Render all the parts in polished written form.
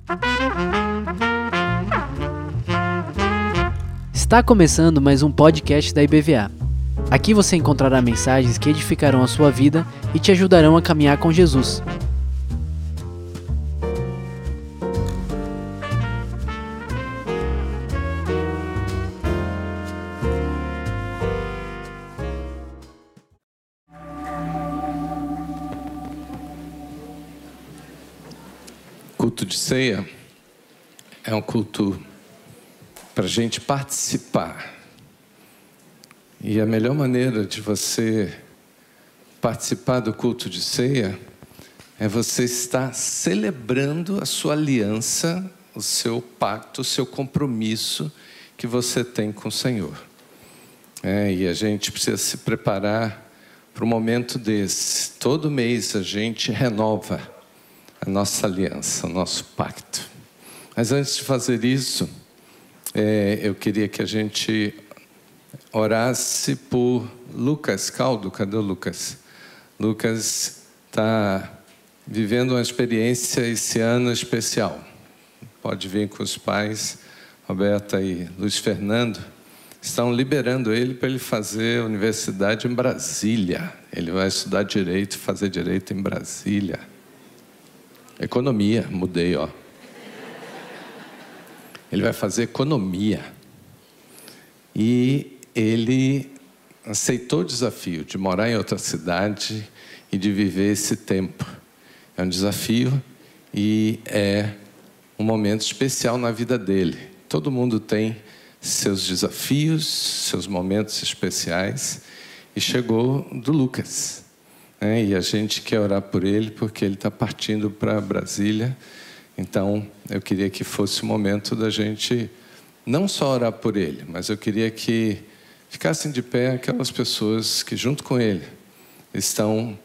Está começando mais um podcast da IBVA. Aqui você encontrará mensagens que edificarão a sua vida e te ajudarão a caminhar com Jesus. Culto de ceia é um culto para a gente participar. E a melhor maneira de você participar do culto de ceia é você estar celebrando a sua aliança, o seu pacto, o seu compromisso que você tem com o Senhor. E a gente precisa se preparar para um momento desse. Todo mês a gente renova a nossa aliança, o nosso pacto. Mas antes de fazer isso, eu queria que a gente orasse por Lucas Caldo. Cadê o Lucas? Lucas está vivendo uma experiência esse ano especial. Pode vir com os pais, Roberta e Luiz Fernando. Estão liberando ele para ele fazer universidade em Brasília. Ele vai estudar direito, fazer direito em Brasília. Economia, mudei, ó. Ele vai fazer economia. E ele aceitou o desafio de morar em outra cidade e de viver esse tempo. É um desafio e é um momento especial na vida dele. Todo mundo tem seus desafios, seus momentos especiais. E chegou do Lucas. E a gente quer orar por ele porque ele está partindo para Brasília. Então, eu queria que fosse o momento da gente não só orar por ele, mas eu queria que ficassem de pé aquelas pessoas que, junto com ele, estão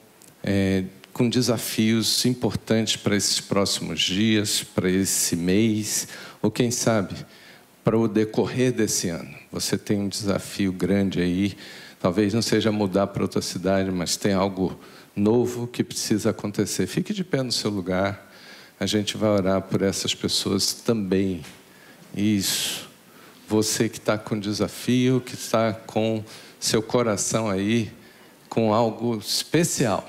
com desafios importantes para esses próximos dias, para esse mês, ou quem sabe, para o decorrer desse ano. Você tem um desafio grande aí. Talvez não seja mudar para outra cidade, mas tem algo novo que precisa acontecer. Fique de pé no seu lugar. A gente vai orar por essas pessoas também. Isso. Você que está com desafio, que está com seu coração aí, com algo especial.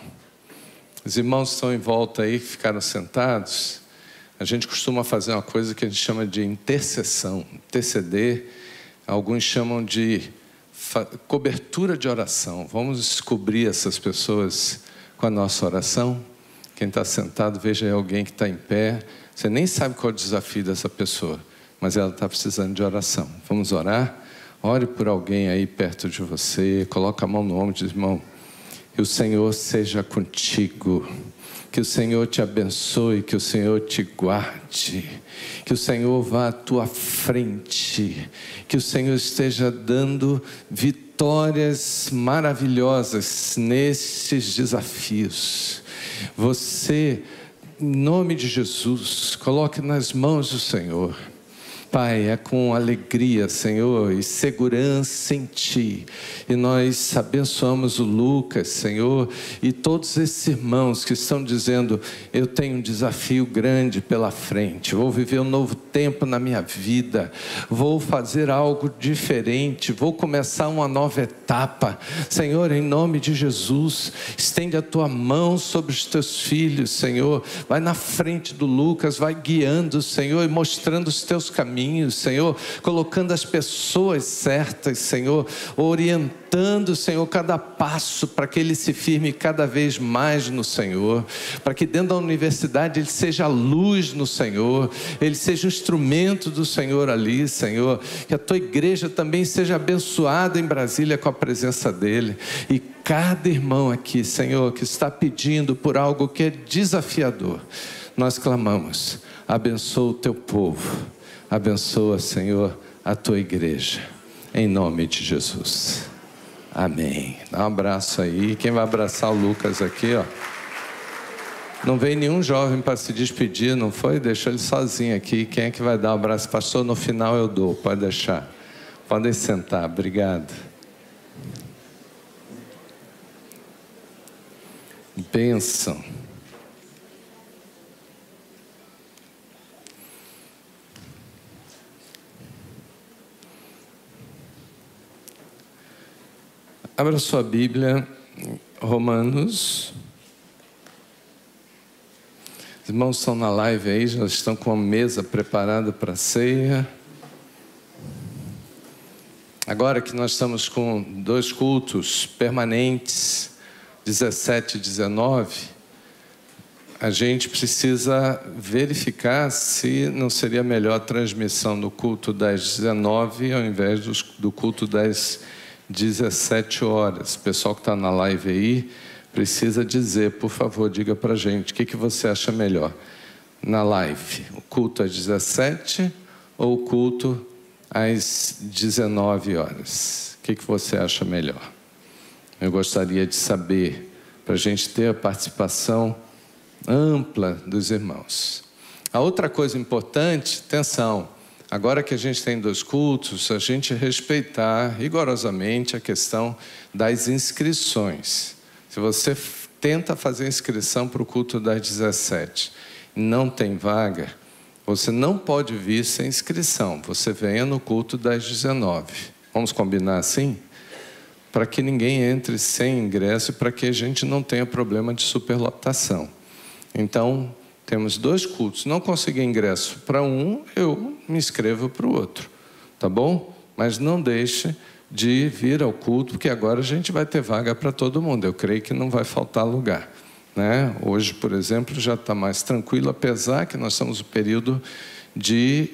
Os irmãos estão em volta aí, ficaram sentados. A gente costuma fazer uma coisa que a gente chama de intercessão. Interceder, alguns chamam de cobertura de oração. Vamos descobrir essas pessoas com a nossa oração. Quem está sentado, veja aí alguém que está em pé. Você nem sabe qual é o desafio dessa pessoa, mas ela está precisando de oração. Vamos orar? Ore por alguém aí perto de você. Coloca a mão no ombro e diz: irmão, que o Senhor seja contigo. Que o Senhor te abençoe, que o Senhor te guarde, que o Senhor vá à tua frente, que o Senhor esteja dando vitórias maravilhosas nesses desafios. Você, em nome de Jesus, coloque nas mãos do Senhor. Pai, é com alegria, Senhor, e segurança em Ti. E nós abençoamos o Lucas, Senhor, e todos esses irmãos que estão dizendo: eu tenho um desafio grande pela frente, vou viver um novo tempo na minha vida, vou fazer algo diferente, vou começar uma nova etapa. Senhor, em nome de Jesus, estende a Tua mão sobre os Teus filhos, Senhor. Vai na frente do Lucas, vai guiando, Senhor, e mostrando os Teus caminhos, Senhor, colocando as pessoas certas, Senhor, orientando, Senhor, cada passo para que ele se firme cada vez mais no Senhor, para que dentro da universidade ele seja a luz no Senhor, ele seja um instrumento do Senhor ali, Senhor, que a Tua igreja também seja abençoada em Brasília com a presença dele. E cada irmão aqui, Senhor, que está pedindo por algo que é desafiador, nós clamamos: abençoa o Teu povo. Abençoa, Senhor, a Tua igreja, em nome de Jesus. Amém. Dá um abraço aí. Quem vai abraçar o Lucas aqui, ó? Não veio nenhum jovem para se despedir, não foi? Deixou ele sozinho aqui. Quem é que vai dar um abraço? Pastor, no final eu dou, pode deixar. Podem sentar, obrigado. Bênção. Abra sua Bíblia, Romanos. Os irmãos estão na live aí, já estão com a mesa preparada para a ceia. Agora que nós estamos com 2 cultos permanentes, 17 e 19, a gente precisa verificar se não seria melhor a transmissão do culto das 19 ao invés do culto das 17 horas. O pessoal que está na live aí precisa dizer, por favor, diga para a gente, o que você acha melhor? Na live, o culto às 17 ou o culto às 19 horas? O que você acha melhor? Eu gostaria de saber, para a gente ter a participação ampla dos irmãos. A outra coisa importante, atenção, agora que a gente tem 2 cultos, a gente respeitar rigorosamente a questão das inscrições. Se você tenta fazer inscrição para o culto das 17 e não tem vaga, você não pode vir sem inscrição. Você venha no culto das 19. Vamos combinar assim? Para que ninguém entre sem ingresso e para que a gente não tenha problema de superlotação. Então, temos 2 cultos. Não consegui ingresso para um, eu me inscrevo para o outro. Tá bom? Mas não deixe de vir ao culto, porque agora a gente vai ter vaga para todo mundo. Eu creio que não vai faltar lugar, né? Hoje, por exemplo, já está mais tranquilo, apesar que nós estamos no período de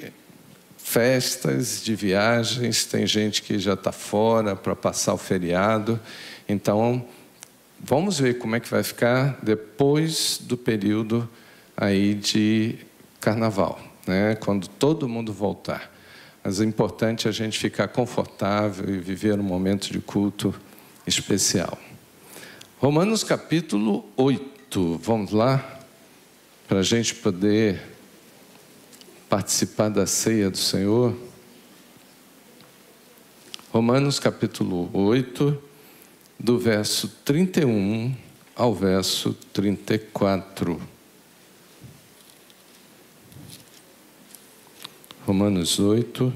festas, de viagens. Tem gente que já está fora para passar o feriado. Então, vamos ver como é que vai ficar depois do período aí de carnaval, né? Quando todo mundo voltar. Mas é importante a gente ficar confortável e viver um momento de culto especial. Romanos capítulo 8. Vamos lá? Para a gente poder participar da ceia do Senhor. Romanos capítulo 8, do verso 31 ao verso 34. Romanos 8,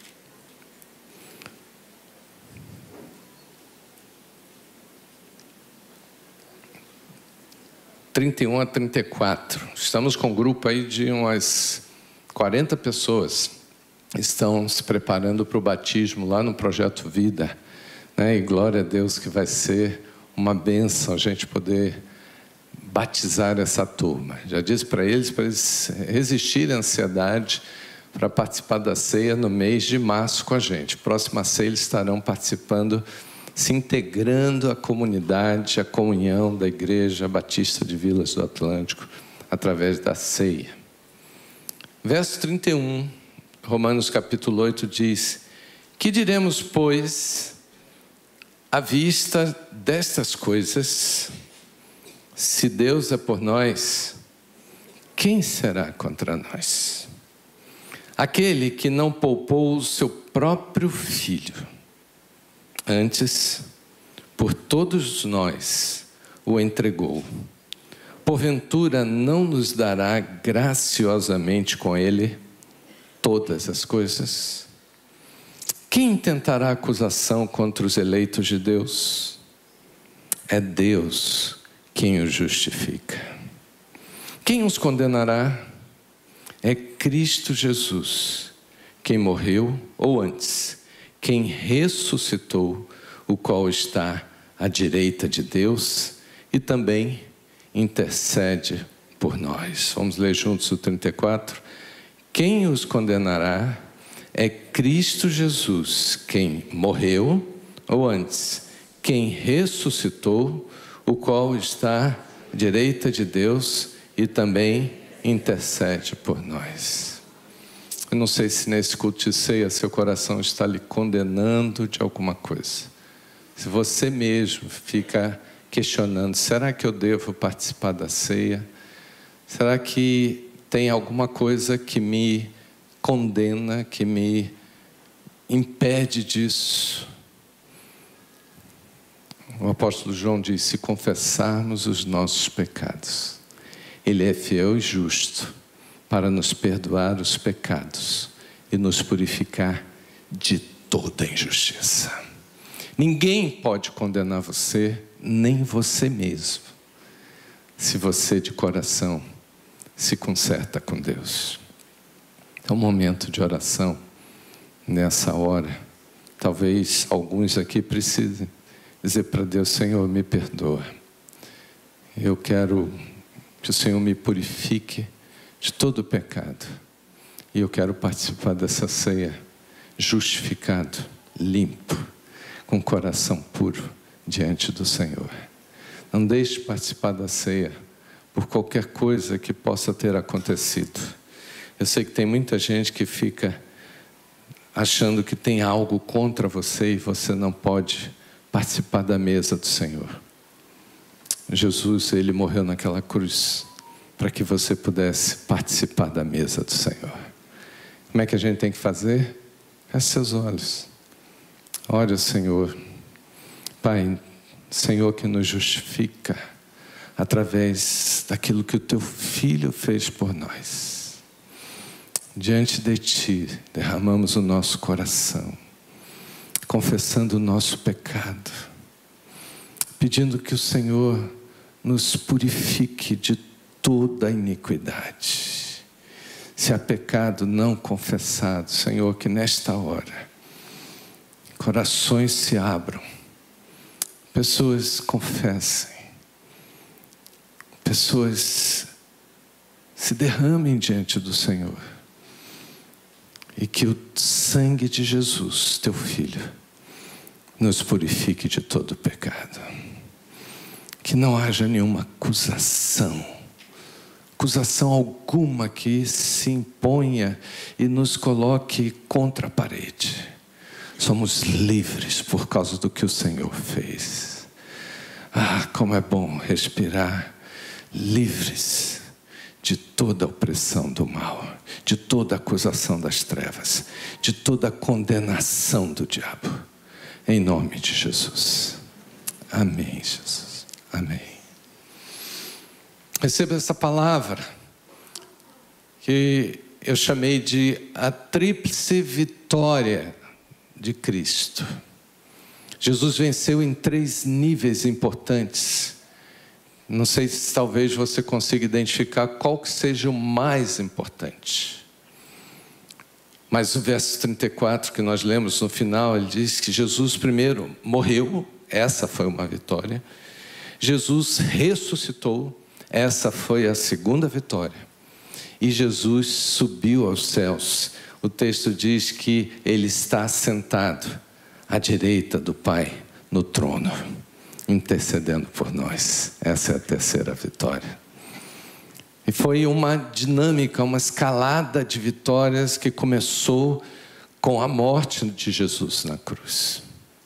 (31 a 34). Estamos com um grupo aí de umas 40 pessoas. Estão se preparando para o batismo lá no Projeto Vida, né? E glória a Deus que vai ser uma bênção a gente poder batizar essa turma. Já disse para eles resistirem à ansiedade para participar da ceia no mês de março com a gente. Próxima ceia eles estarão participando, se integrando à comunidade, à comunhão da Igreja Batista de Vilas do Atlântico, através da ceia. Verso 31, Romanos capítulo 8 diz: que diremos, pois, à vista destas coisas? Se Deus é por nós, quem será contra nós? Aquele que não poupou o seu próprio filho, antes, por todos nós, o entregou. Porventura não nos dará graciosamente com ele todas as coisas? Quem intentará acusação contra os eleitos de Deus? É Deus quem os justifica. Quem os condenará? É Cristo Jesus, quem morreu, ou antes, quem ressuscitou, o qual está à direita de Deus e também intercede por nós. Vamos ler juntos o 34. Quem os condenará? É Cristo Jesus, quem morreu, ou antes, quem ressuscitou, o qual está à direita de Deus e também intercede por nós. Eu não sei se nesse culto de ceia seu coração está lhe condenando de alguma coisa. Se você mesmo fica questionando, será que eu devo participar da ceia? Será que tem alguma coisa que me condena, que me impede disso? O apóstolo João diz: se confessarmos os nossos pecados, Ele é fiel e justo para nos perdoar os pecados e nos purificar de toda injustiça. Ninguém pode condenar você, nem você mesmo, se você de coração se conserta com Deus. É um momento de oração. Nessa hora, talvez alguns aqui precisem dizer para Deus: Senhor, me perdoa. Eu quero que o Senhor me purifique de todo o pecado. E eu quero participar dessa ceia justificado, limpo, com o coração puro diante do Senhor. Não deixe de participar da ceia por qualquer coisa que possa ter acontecido. Eu sei que tem muita gente que fica achando que tem algo contra você e você não pode participar da mesa do Senhor. Jesus, Ele morreu naquela cruz para que você pudesse participar da mesa do Senhor. Como é que a gente tem que fazer? Feche seus olhos. Ore ao Senhor. Pai, Senhor que nos justifica através daquilo que o Teu Filho fez por nós. Diante de Ti, derramamos o nosso coração, confessando o nosso pecado, pedindo que o Senhor nos purifique de toda a iniquidade. Se há pecado não confessado, Senhor, que nesta hora corações se abram, pessoas confessem, pessoas se derramem diante do Senhor, e que o sangue de Jesus, Teu Filho, nos purifique de todo o pecado. Que não haja nenhuma acusação alguma que se imponha e nos coloque contra a parede. Somos livres por causa do que o Senhor fez. Ah, como é bom respirar livres de toda a opressão do mal, de toda a acusação das trevas, de toda a condenação do diabo. Em nome de Jesus. Amém, Jesus. Amém. Receba essa palavra que eu chamei de a tríplice vitória de Cristo. Jesus venceu em 3 níveis importantes. Não sei se talvez você consiga identificar qual que seja o mais importante. Mas o verso 34 que nós lemos no final, ele diz que Jesus primeiro morreu, essa foi uma vitória. Jesus ressuscitou, essa foi a segunda vitória. E Jesus subiu aos céus. O texto diz que Ele está sentado à direita do Pai no trono, intercedendo por nós. Essa é a terceira vitória. E foi uma dinâmica, uma escalada de vitórias que começou com a morte de Jesus na cruz.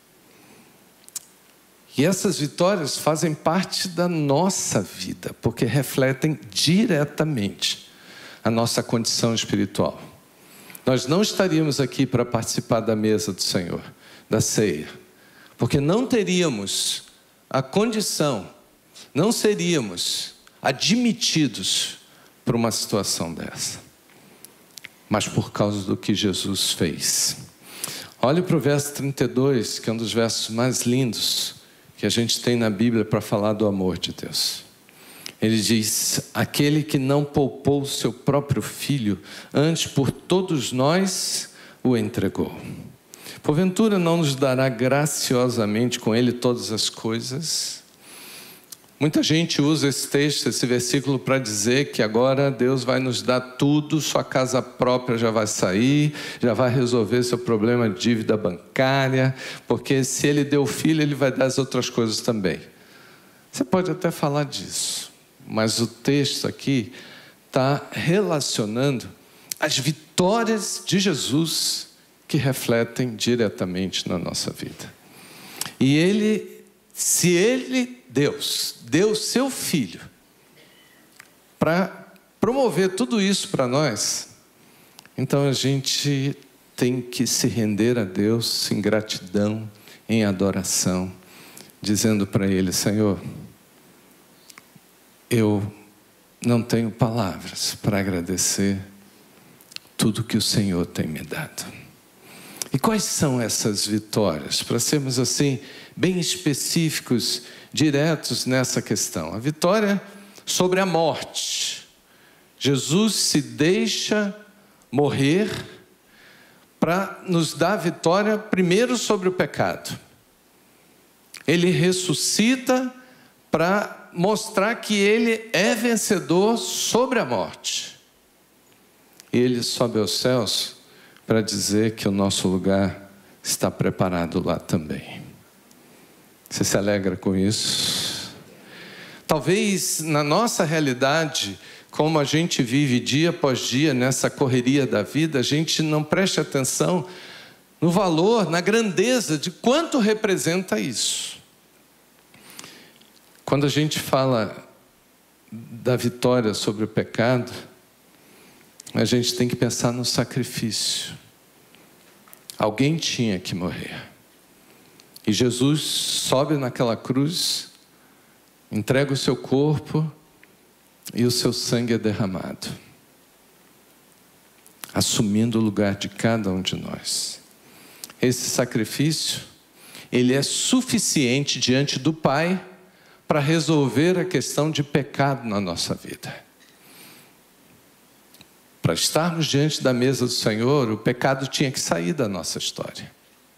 E essas vitórias fazem parte da nossa vida, porque refletem diretamente a nossa condição espiritual. Nós não estaríamos aqui para participar da mesa do Senhor, da ceia, porque não teríamos a condição, não seríamos admitidos para uma situação dessa, mas por causa do que Jesus fez. Olhe para o verso 32, que é um dos versos mais lindos que a gente tem na Bíblia para falar do amor de Deus. Ele diz: aquele que não poupou o seu próprio filho, antes por todos nós o entregou. Porventura não nos dará graciosamente com ele todas as coisas? Muita gente usa esse texto, esse versículo, para dizer que agora Deus vai nos dar tudo, sua casa própria já vai sair, já vai resolver seu problema de dívida bancária, porque se Ele deu o filho, Ele vai dar as outras coisas também. Você pode até falar disso, mas o texto aqui está relacionando as vitórias de Jesus que refletem diretamente na nossa vida. E Ele, se Ele, Deus, deu seu Filho para promover tudo isso para nós, então a gente tem que se render a Deus em gratidão, em adoração, dizendo para Ele: Senhor, eu não tenho palavras para agradecer tudo que o Senhor tem me dado. E quais são essas vitórias? Para sermos assim, bem específicos, diretos nessa questão. A vitória sobre a morte. Jesus se deixa morrer para nos dar vitória primeiro sobre o pecado. Ele ressuscita para mostrar que ele é vencedor sobre a morte. E ele sobe aos céus para dizer que o nosso lugar está preparado lá também. Você se alegra com isso? Talvez na nossa realidade, como a gente vive dia após dia nessa correria da vida, a gente não preste atenção no valor, na grandeza de quanto representa isso. Quando a gente fala da vitória sobre o pecado, a gente tem que pensar no sacrifício. Alguém tinha que morrer. E Jesus sobe naquela cruz, entrega o seu corpo e o seu sangue é derramado, assumindo o lugar de cada um de nós. Esse sacrifício, ele é suficiente diante do Pai para resolver a questão de pecado na nossa vida. Para estarmos diante da mesa do Senhor, o pecado tinha que sair da nossa história.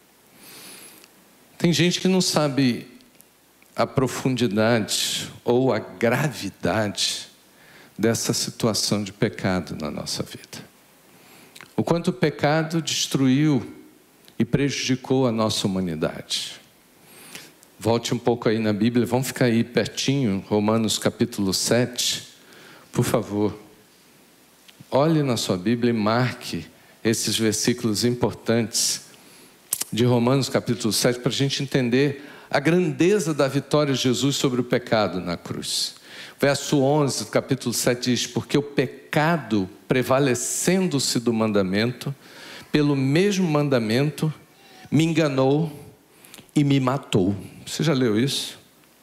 Tem gente que não sabe a profundidade ou a gravidade dessa situação de pecado na nossa vida. O quanto o pecado destruiu e prejudicou a nossa humanidade. Volte um pouco aí na Bíblia, vamos ficar aí pertinho, Romanos capítulo 7, por favor. Olhe na sua Bíblia e marque esses versículos importantes de Romanos capítulo 7, para a gente entender a grandeza da vitória de Jesus sobre o pecado na cruz. Verso 11 do capítulo 7 diz: porque o pecado, prevalecendo-se do mandamento, pelo mesmo mandamento, me enganou e me matou. Você já leu isso?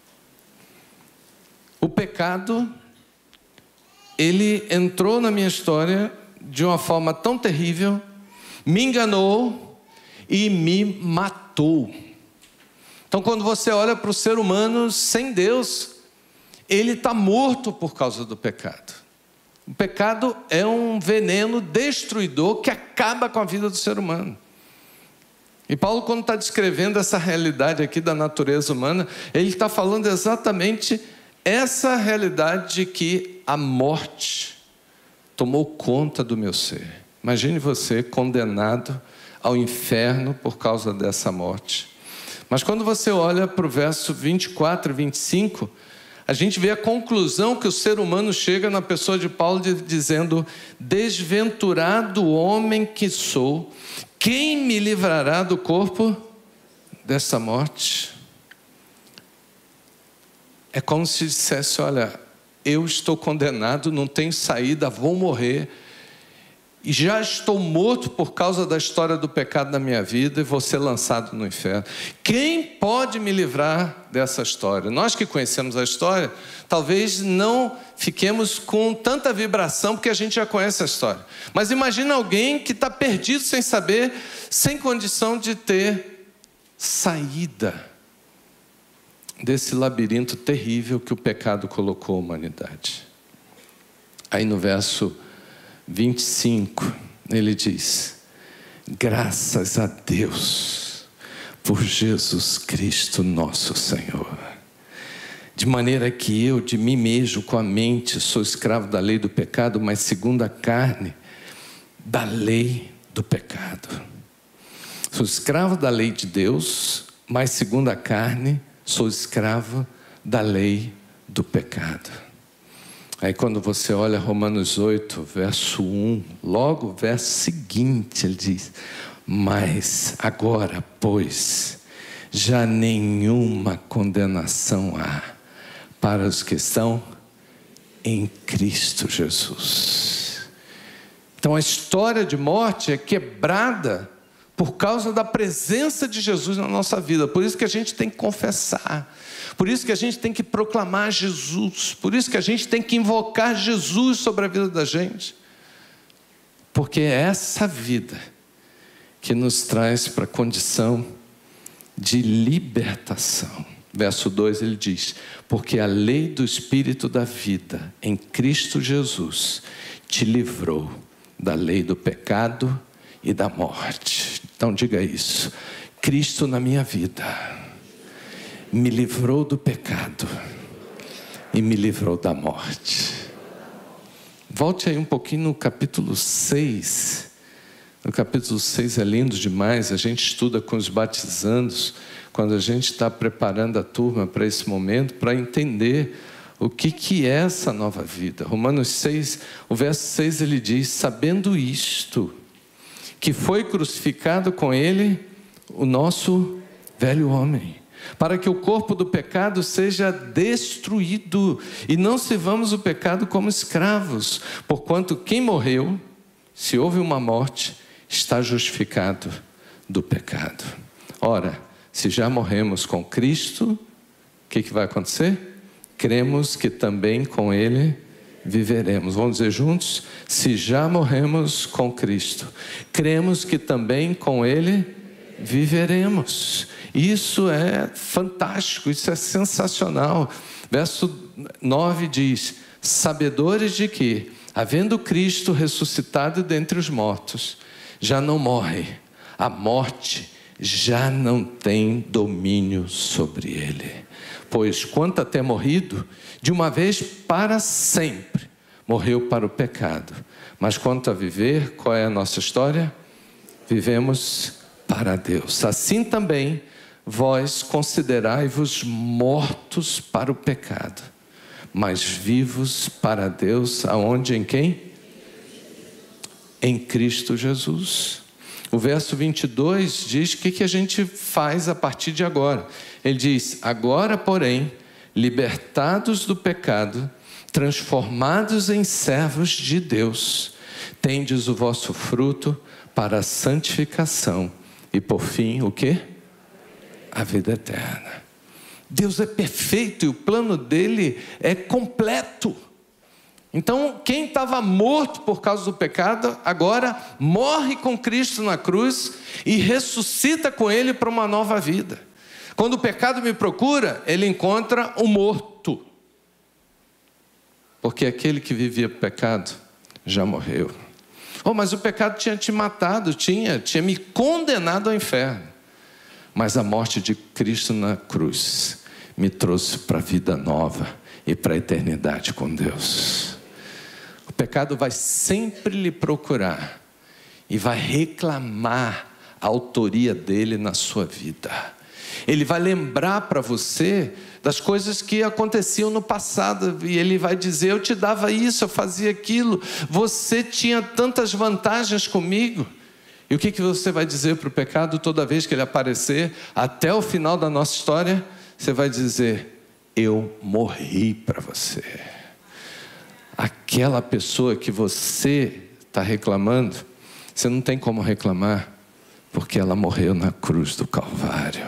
O pecado, ele entrou na minha história de uma forma tão terrível, me enganou e me matou. Então, quando você olha para o ser humano sem Deus, ele está morto por causa do pecado. O pecado é um veneno destruidor que acaba com a vida do ser humano. E Paulo, quando está descrevendo essa realidade aqui da natureza humana, ele está falando exatamente essa realidade de que a morte tomou conta do meu ser. Imagine você condenado ao inferno por causa dessa morte. Mas quando você olha para o verso 24 e 25, a gente vê a conclusão que o ser humano chega na pessoa de Paulo dizendo: desventurado homem que sou, quem me livrará do corpo dessa morte? É como se dissesse: olha, eu estou condenado, não tenho saída, vou morrer. E já estou morto por causa da história do pecado na minha vida e vou ser lançado no inferno. Quem pode me livrar dessa história? Nós que conhecemos a história, talvez não fiquemos com tanta vibração, porque a gente já conhece a história. Mas imagina alguém que está perdido sem saber, sem condição de ter saída desse labirinto terrível que o pecado colocou a humanidade. Aí no verso 25, ele diz: graças a Deus por Jesus Cristo nosso Senhor, de maneira que eu de mim mesmo com a mente sou escravo da lei do pecado, mas segundo a carne da lei do pecado. Sou escravo da lei de Deus, mas segundo a carne sou escravo da lei do pecado. Aí quando você olha Romanos 8, verso 1, logo o verso seguinte, ele diz: mas agora, pois, já nenhuma condenação há para os que estão em Cristo Jesus. Então a história de morte é quebrada por causa da presença de Jesus na nossa vida. Por isso que a gente tem que confessar. Por isso que a gente tem que proclamar Jesus. Por isso que a gente tem que invocar Jesus sobre a vida da gente. Porque é essa vida que nos traz para a condição de libertação. Verso 2 ele diz: porque a lei do Espírito da vida em Cristo Jesus te livrou da lei do pecado e da morte. Então diga isso: Cristo na minha vida me livrou do pecado e me livrou da morte. Volte aí um pouquinho no capítulo 6. No capítulo 6 é lindo demais. A gente estuda com os batizandos, quando a gente está preparando a turma para esse momento, para entender o que é essa nova vida. Romanos 6, o verso 6 ele diz: sabendo isto, que foi crucificado com ele o nosso velho homem, para que o corpo do pecado seja destruído, e não sirvamos o pecado como escravos, porquanto quem morreu, se houve uma morte, está justificado do pecado. Ora, se já morremos com Cristo, o que vai acontecer? Cremos que também com Ele viveremos. Vamos dizer juntos? Se já morremos com Cristo, cremos que também com Ele viveremos. Isso é fantástico, isso é sensacional. Verso 9 diz: sabedores de que, havendo Cristo ressuscitado dentre os mortos, já não morre, a morte já não tem domínio sobre ele. Pois quanto a ter morrido, de uma vez para sempre, morreu para o pecado. Mas quanto a viver, qual é a nossa história? Vivemos para Deus. Assim também, vós considerai-vos mortos para o pecado, mas vivos para Deus, aonde? Em quem? Em Cristo Jesus. O verso 22 diz o que a gente faz a partir de agora. Ele diz: agora, porém, libertados do pecado, transformados em servos de Deus, tendes o vosso fruto para a santificação e, por fim, o quê? A vida eterna. Deus é perfeito e o plano dele é completo. Então, quem estava morto por causa do pecado, agora morre com Cristo na cruz e ressuscita com Ele para uma nova vida. Quando o pecado me procura, ele encontra um morto. Porque aquele que vivia pecado já morreu. Oh, mas o pecado tinha te matado, tinha me condenado ao inferno. Mas a morte de Cristo na cruz me trouxe para a vida nova e para a eternidade com Deus. O pecado vai sempre lhe procurar e vai reclamar a autoria dele na sua vida. Ele vai lembrar para você das coisas que aconteciam no passado, e ele vai dizer: eu te dava isso, eu fazia aquilo, você tinha tantas vantagens comigo. E o que você vai dizer para o pecado toda vez que ele aparecer, até o final da nossa história? Você vai dizer: eu morri para você. Aquela pessoa que você está reclamando, você não tem como reclamar, porque ela morreu na cruz do Calvário.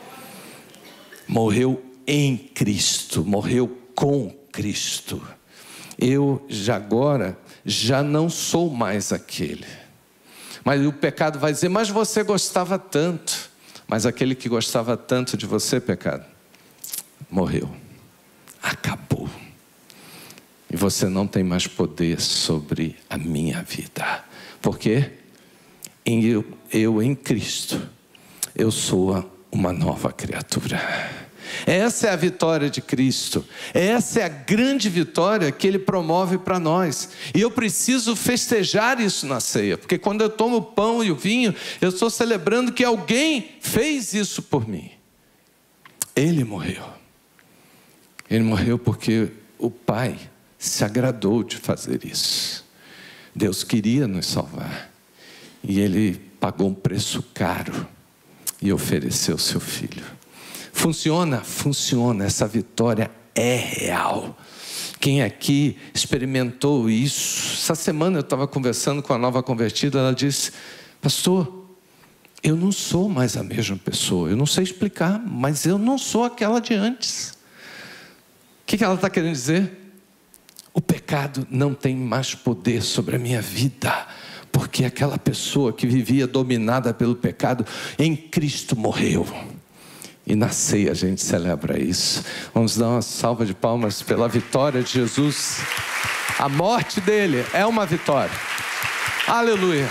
Morreu em Cristo, morreu com Cristo. Eu agora já não sou mais aquele. Mas o pecado vai dizer: mas você gostava tanto. Mas aquele que gostava tanto de você, pecado, morreu, acabou. E você não tem mais poder sobre a minha vida. Por quê? Eu em Cristo, eu sou uma nova criatura. Essa é a vitória de Cristo. Essa é a grande vitória que Ele promove para nós. E eu preciso festejar isso na ceia. Porque quando eu tomo o pão e o vinho, eu estou celebrando que alguém fez isso por mim. Ele morreu. Ele morreu porque o Pai se agradou de fazer isso. Deus queria nos salvar. E Ele pagou um preço caro e ofereceu seu Filho. Funciona? Funciona. Essa vitória é real. Quem aqui experimentou isso? Essa semana eu estava conversando com a nova convertida. Ela disse: pastor, eu não sou mais a mesma pessoa. Eu não sei explicar, mas eu não sou aquela de antes. O que ela está querendo dizer? O pecado não tem mais poder sobre a minha vida, porque porque aquela pessoa que vivia dominada pelo pecado, em Cristo morreu. E na ceia a gente celebra isso. Vamos dar uma salva de palmas pela vitória de Jesus. A morte dele é uma vitória. Aleluia.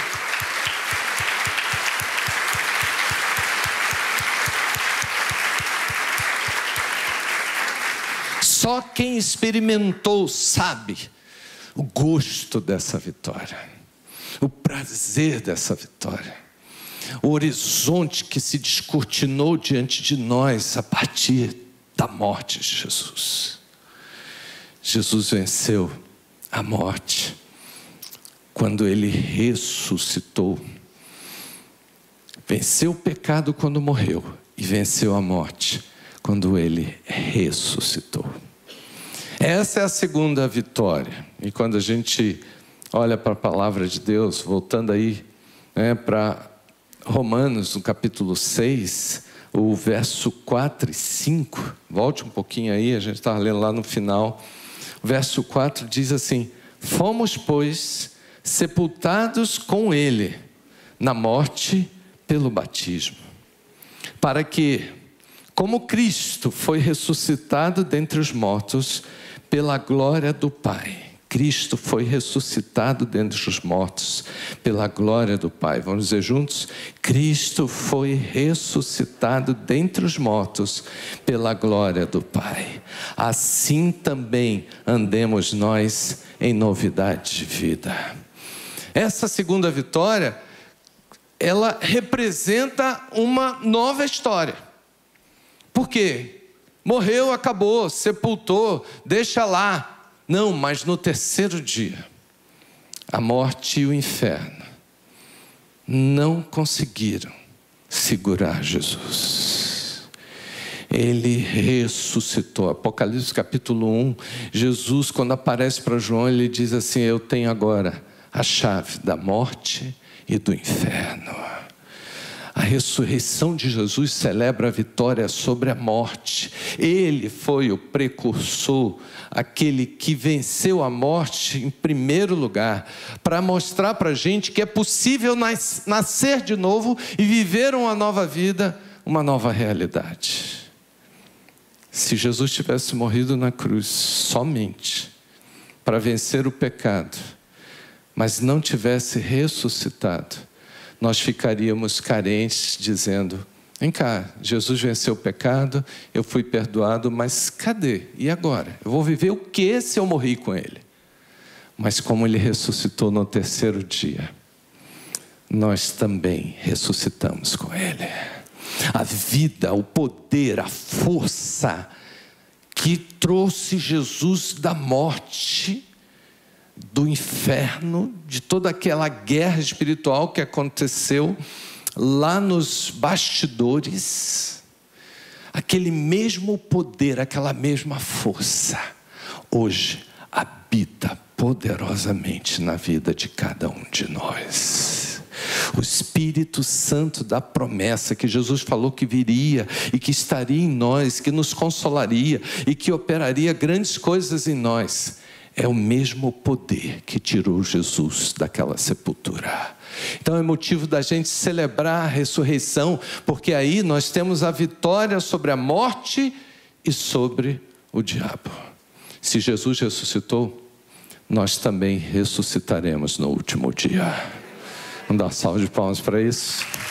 Só quem experimentou sabe o gosto dessa vitória, o prazer dessa vitória, o horizonte que se descortinou diante de nós a partir da morte de Jesus. Jesus venceu a morte quando ele ressuscitou. Venceu o pecado quando morreu e venceu a morte quando ele ressuscitou. Essa é a segunda vitória. E quando a gente olha para a palavra de Deus, voltando aí para Romanos, no capítulo 6, o verso 4 e 5, volte um pouquinho aí, a gente estava lendo lá no final. O verso 4 diz assim: fomos, pois, sepultados com ele na morte pelo batismo, para que, como Cristo foi ressuscitado dentre os mortos pela glória do Pai. Cristo foi ressuscitado dentre os mortos pela glória do Pai. Vamos dizer juntos? Cristo foi ressuscitado dentre os mortos pela glória do Pai. Assim também andemos nós em novidade de vida. Essa segunda vitória, ela representa uma nova história. Por quê? Morreu, acabou, sepultou, deixa lá. Não, mas no terceiro dia, a morte e o inferno não conseguiram segurar Jesus. Ele ressuscitou. Apocalipse capítulo 1, Jesus, quando aparece para João, ele diz assim: eu tenho agora a chave da morte e do inferno. A ressurreição de Jesus celebra a vitória sobre a morte. Ele foi o precursor, aquele que venceu a morte em primeiro lugar, para mostrar para a gente que é possível nascer de novo e viver uma nova vida, uma nova realidade. Se Jesus tivesse morrido na cruz somente para vencer o pecado, mas não tivesse ressuscitado, nós ficaríamos carentes dizendo: vem cá, Jesus venceu o pecado, eu fui perdoado, mas cadê? E agora? Eu vou viver o que se eu morri com ele? Mas como ele ressuscitou no terceiro dia, nós também ressuscitamos com ele. A vida, o poder, a força que trouxe Jesus da morte, do inferno, de toda aquela guerra espiritual que aconteceu lá nos bastidores, aquele mesmo poder, aquela mesma força, hoje habita poderosamente na vida de cada um de nós. O Espírito Santo da promessa que Jesus falou que viria e que estaria em nós, que nos consolaria e que operaria grandes coisas em nós, é o mesmo poder que tirou Jesus daquela sepultura. Então é motivo da gente celebrar a ressurreição, porque aí nós temos a vitória sobre a morte e sobre o diabo. Se Jesus ressuscitou, nós também ressuscitaremos no último dia. Vamos dar uma salva de palmas para isso.